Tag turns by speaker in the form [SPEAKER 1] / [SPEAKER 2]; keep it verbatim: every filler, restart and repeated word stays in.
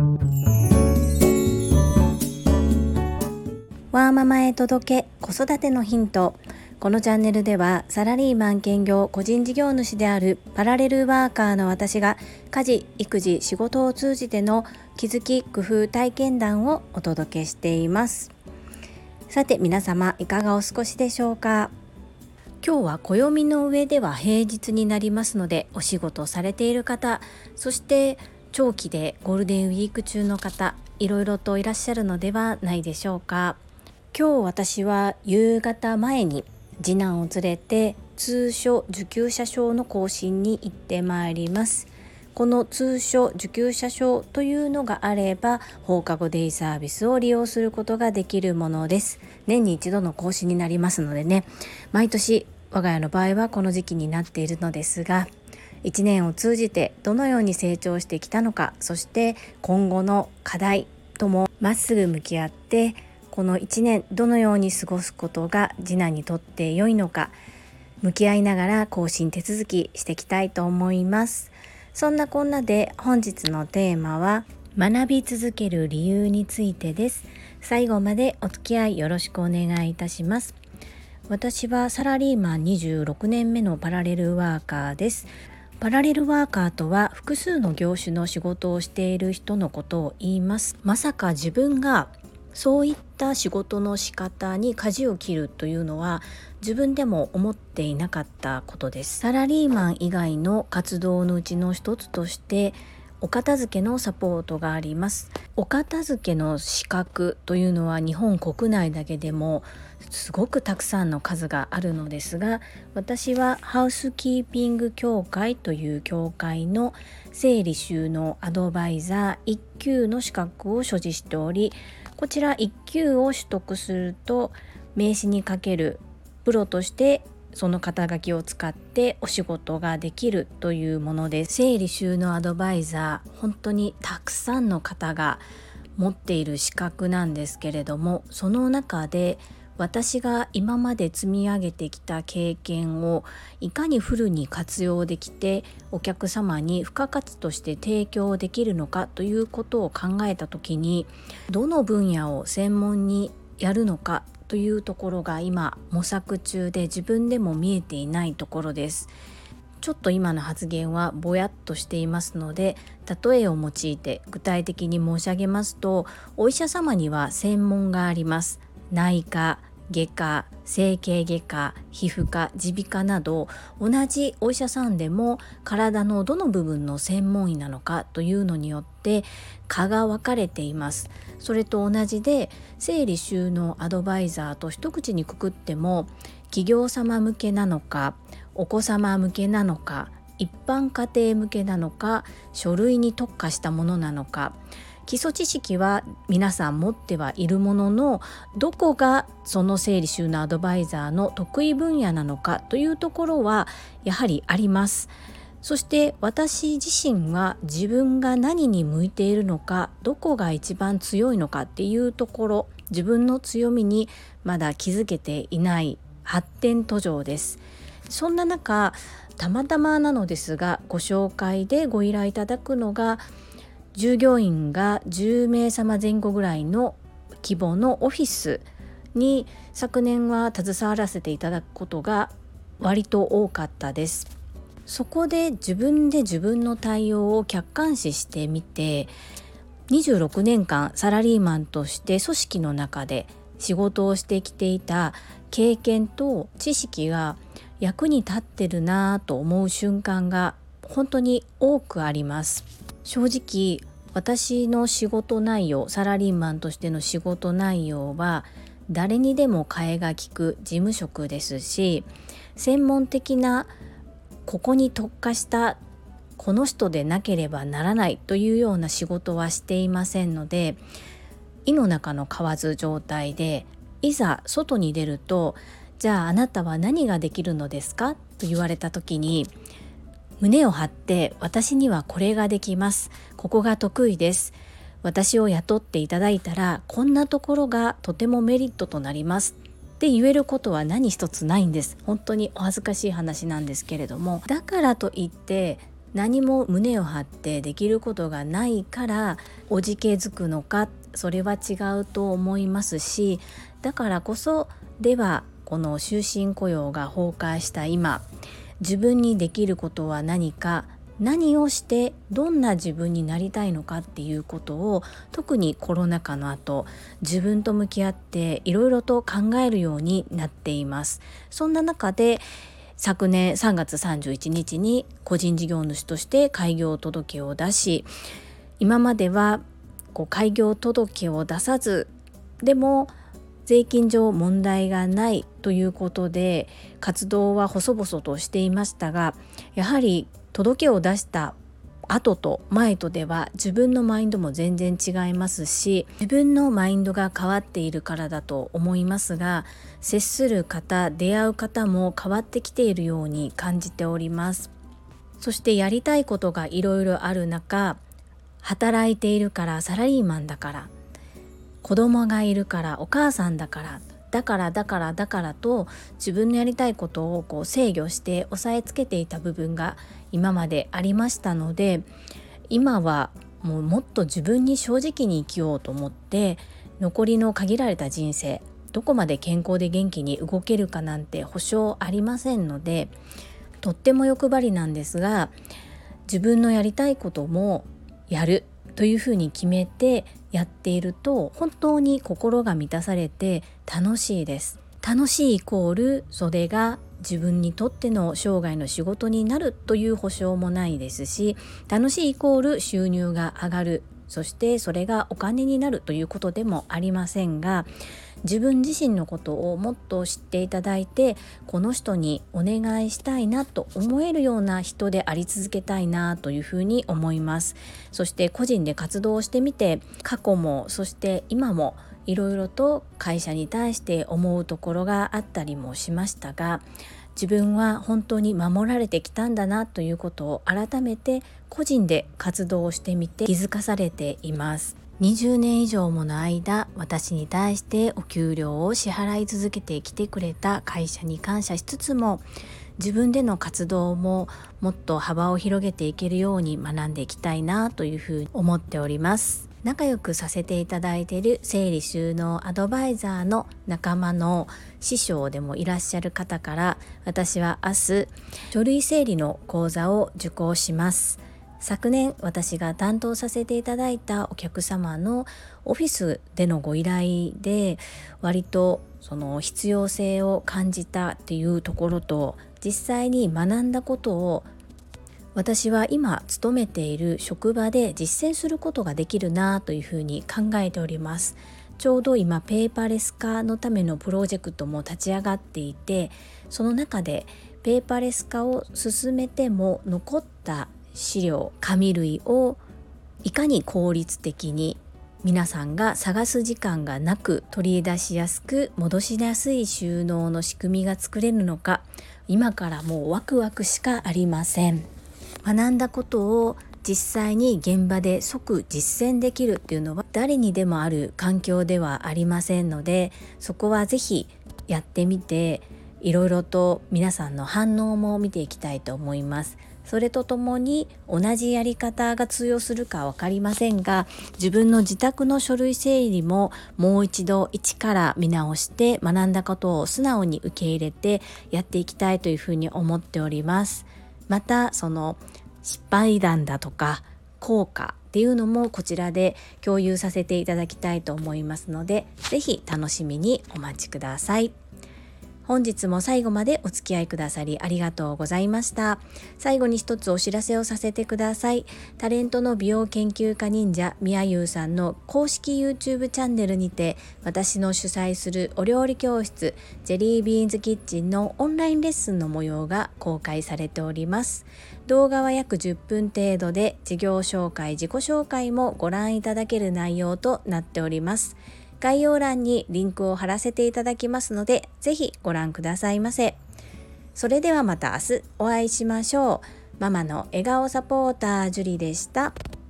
[SPEAKER 1] ワーママへ届け子育てのヒント。このチャンネルではサラリーマン兼業個人事業主であるパラレルワーカーの私が家事、育児、仕事を通じての気づき、工夫、体験談をお届けしています。さて皆様いかがお過ごしでしょうか。今日は暦の上では平日になりますので、お仕事されている方、そして長期でゴールデンウィーク中の方、いろいろといらっしゃるのではないでしょうか。今日私は夕方前に次男を連れて通所受給者証の更新に行ってまいります。この通所受給者証というのがあれば放課後デイサービスを利用することができるものです。年に一度の更新になりますのでね、毎年我が家の場合はこの時期になっているのですが、いちねんを通じてどのように成長してきたのか、そして今後の課題ともまっすぐ向き合って、このいちねんどのように過ごすことが次男にとって良いのか、向き合いながら更新手続きしていきたいと思います。そんなこんなで本日のテーマは学び続ける理由についてです。最後までお付き合いよろしくお願いいたします。私はサラリーマンにじゅうろくねんめのパラレルワーカーです。パラレルワーカーとは複数の業種の仕事をしている人のことを言います。まさか自分がそういった仕事の仕方に舵を切るというのは自分でも思っていなかったことです。サラリーマン以外の活動のうちの一つとしてお片付けのサポートがあります。お片付けの資格というのは日本国内だけでもすごくたくさんの数があるのですが、私はハウスキーピング協会という協会の整理収納アドバイザーいっきゅうの資格を所持しており、こちらいっきゅうを取得すると名刺にかけるプロとしてその肩書きを使ってお仕事ができるというものです。整理収納アドバイザー、本当にたくさんの方が持っている資格なんですけれども、その中で私が今まで積み上げてきた経験をいかにフルに活用できてお客様に付加価値として提供できるのかということを考えたときに、どの分野を専門にやるのかというところが今模索中で、自分でも見えていないところです。ちょっと今の発言はぼやっとしていますので、例えを用いて具体的に申し上げますと、お医者様には専門があります。内科、外科、整形外科、皮膚科、耳鼻科など、同じお医者さんでも体のどの部分の専門医なのかというのによって科が分かれています。それと同じで、整理収納アドバイザーと一口にくくっても、企業様向けなのか、お子様向けなのか、一般家庭向けなのか、書類に特化したものなのか、基礎知識は皆さん持ってはいるものの、どこがその整理収納アドバイザーの得意分野なのかというところはやはりあります。そして私自身は自分が何に向いているのか、どこが一番強いのかっていうところ、自分の強みにまだ気づけていない発展途上です。そんな中、たまたまなのですがご紹介でご依頼いただくのが、従業員がじゅうめいさま前後ぐらいの規模のオフィスに昨年は携わらせていただくことが割と多かったです。そこで自分で自分の対応を客観視してみて、にじゅうろくねんかんサラリーマンとして組織の中で仕事をしてきていた経験と知識が役に立ってるなと思う瞬間が本当に多くあります。正直私の仕事内容、サラリーマンとしての仕事内容は誰にでも替えが利く事務職ですし、専門的なここに特化したこの人でなければならないというような仕事はしていませんので、井の中の蛙状態で、いざ外に出ると、じゃああなたは何ができるのですかと言われた時に、胸を張って、私にはこれができます、ここが得意です、私を雇っていただいたらこんなところがとてもメリットとなりますって言えることは何一つないんです。本当にお恥ずかしい話なんですけれども、だからといって何も胸を張ってできることがないからおじけづくのか、それは違うと思いますし、だからこそではこの終身雇用が崩壊した今、自分にできることは何か、何をしてどんな自分になりたいのかっていうことを、特にコロナ禍の後自分と向き合っていろいろと考えるようになっています。そんな中で昨年さんがつさんじゅういちにちに個人事業主として開業届を出し、今まではこう開業届を出さず、でも税金上問題がないということで活動は細々としていましたが、やはり届を出した後と前とでは自分のマインドも全然違いますし、自分のマインドが変わっているからだと思いますが、接する方、出会う方も変わってきているように感じております。そしてやりたいことがいろいろある中、働いているからサラリーマンだから、子供がいるからお母さんだから、だからだからだからと自分のやりたいことをこう制御して抑えつけていた部分が今までありましたので、今はもうもっと自分に正直に生きようと思って、残りの限られた人生、どこまで健康で元気に動けるかなんて保証ありませんので、とっても欲張りなんですが、自分のやりたいこともやるというふうに決めてやっていると、本当に心が満たされて楽しいです。楽しいイコールそれが自分にとっての生涯の仕事になるという保証もないですし、楽しいイコール収入が上がる、そしてそれがお金になるということでもありませんが、自分自身のことをもっと知っていただいて、この人にお願いしたいなと思えるような人であり続けたいなというふうに思います。そして個人で活動してみて、過去もそして今もいろいろと会社に対して思うところがあったりもしましたが、自分は本当に守られてきたんだなということを改めて個人で活動をしてみて気づかされています。にじゅうねん以上もの間、私に対してお給料を支払い続けてきてくれた会社に感謝しつつも、自分での活動ももっと幅を広げていけるように学んでいきたいなというふうに思っております。仲良くさせていただいている整理収納アドバイザーの仲間の師匠でもいらっしゃる方から、私は明日書類整理の講座を受講します。昨年私が担当させていただいたお客様のオフィスでのご依頼で、割とその必要性を感じたっていうところと、実際に学んだことを私は今勤めている職場で実践することができるなというふうに考えております。ちょうど今ペーパーレス化のためのプロジェクトも立ち上がっていて、その中でペーパーレス化を進めても残った資料、紙類をいかに効率的に皆さんが探す時間がなく取り出しやすく戻しやすい収納の仕組みが作れるのか、今からもうワクワクしかありません。学んだことを実際に現場で即実践できるっていうのは誰にでもある環境ではありませんので、そこはぜひやってみて、いろいろと皆さんの反応も見ていきたいと思います。それとともに同じやり方が通用するか分かりませんが、自分の自宅の書類整理ももう一度一から見直して、学んだことを素直に受け入れてやっていきたいというふうに思っております。またその失敗談だとか効果っていうのもこちらで共有させていただきたいと思いますので、ぜひ楽しみにお待ちください。本日も最後までお付き合いくださりありがとうございました。最後に一つお知らせをさせてください。タレントの美容研究家忍者みやゆうさんの公式 YouTube チャンネルにて、私の主催するお料理教室ジェリービーンズキッチンのオンラインレッスンの模様が公開されております。動画は約じゅっぷん程度で、事業紹介、自己紹介もご覧いただける内容となっております。概要欄にリンクを貼らせていただきますので、ぜひご覧くださいませ。それではまた明日お会いしましょう。ママの笑顔サポータージュリでした。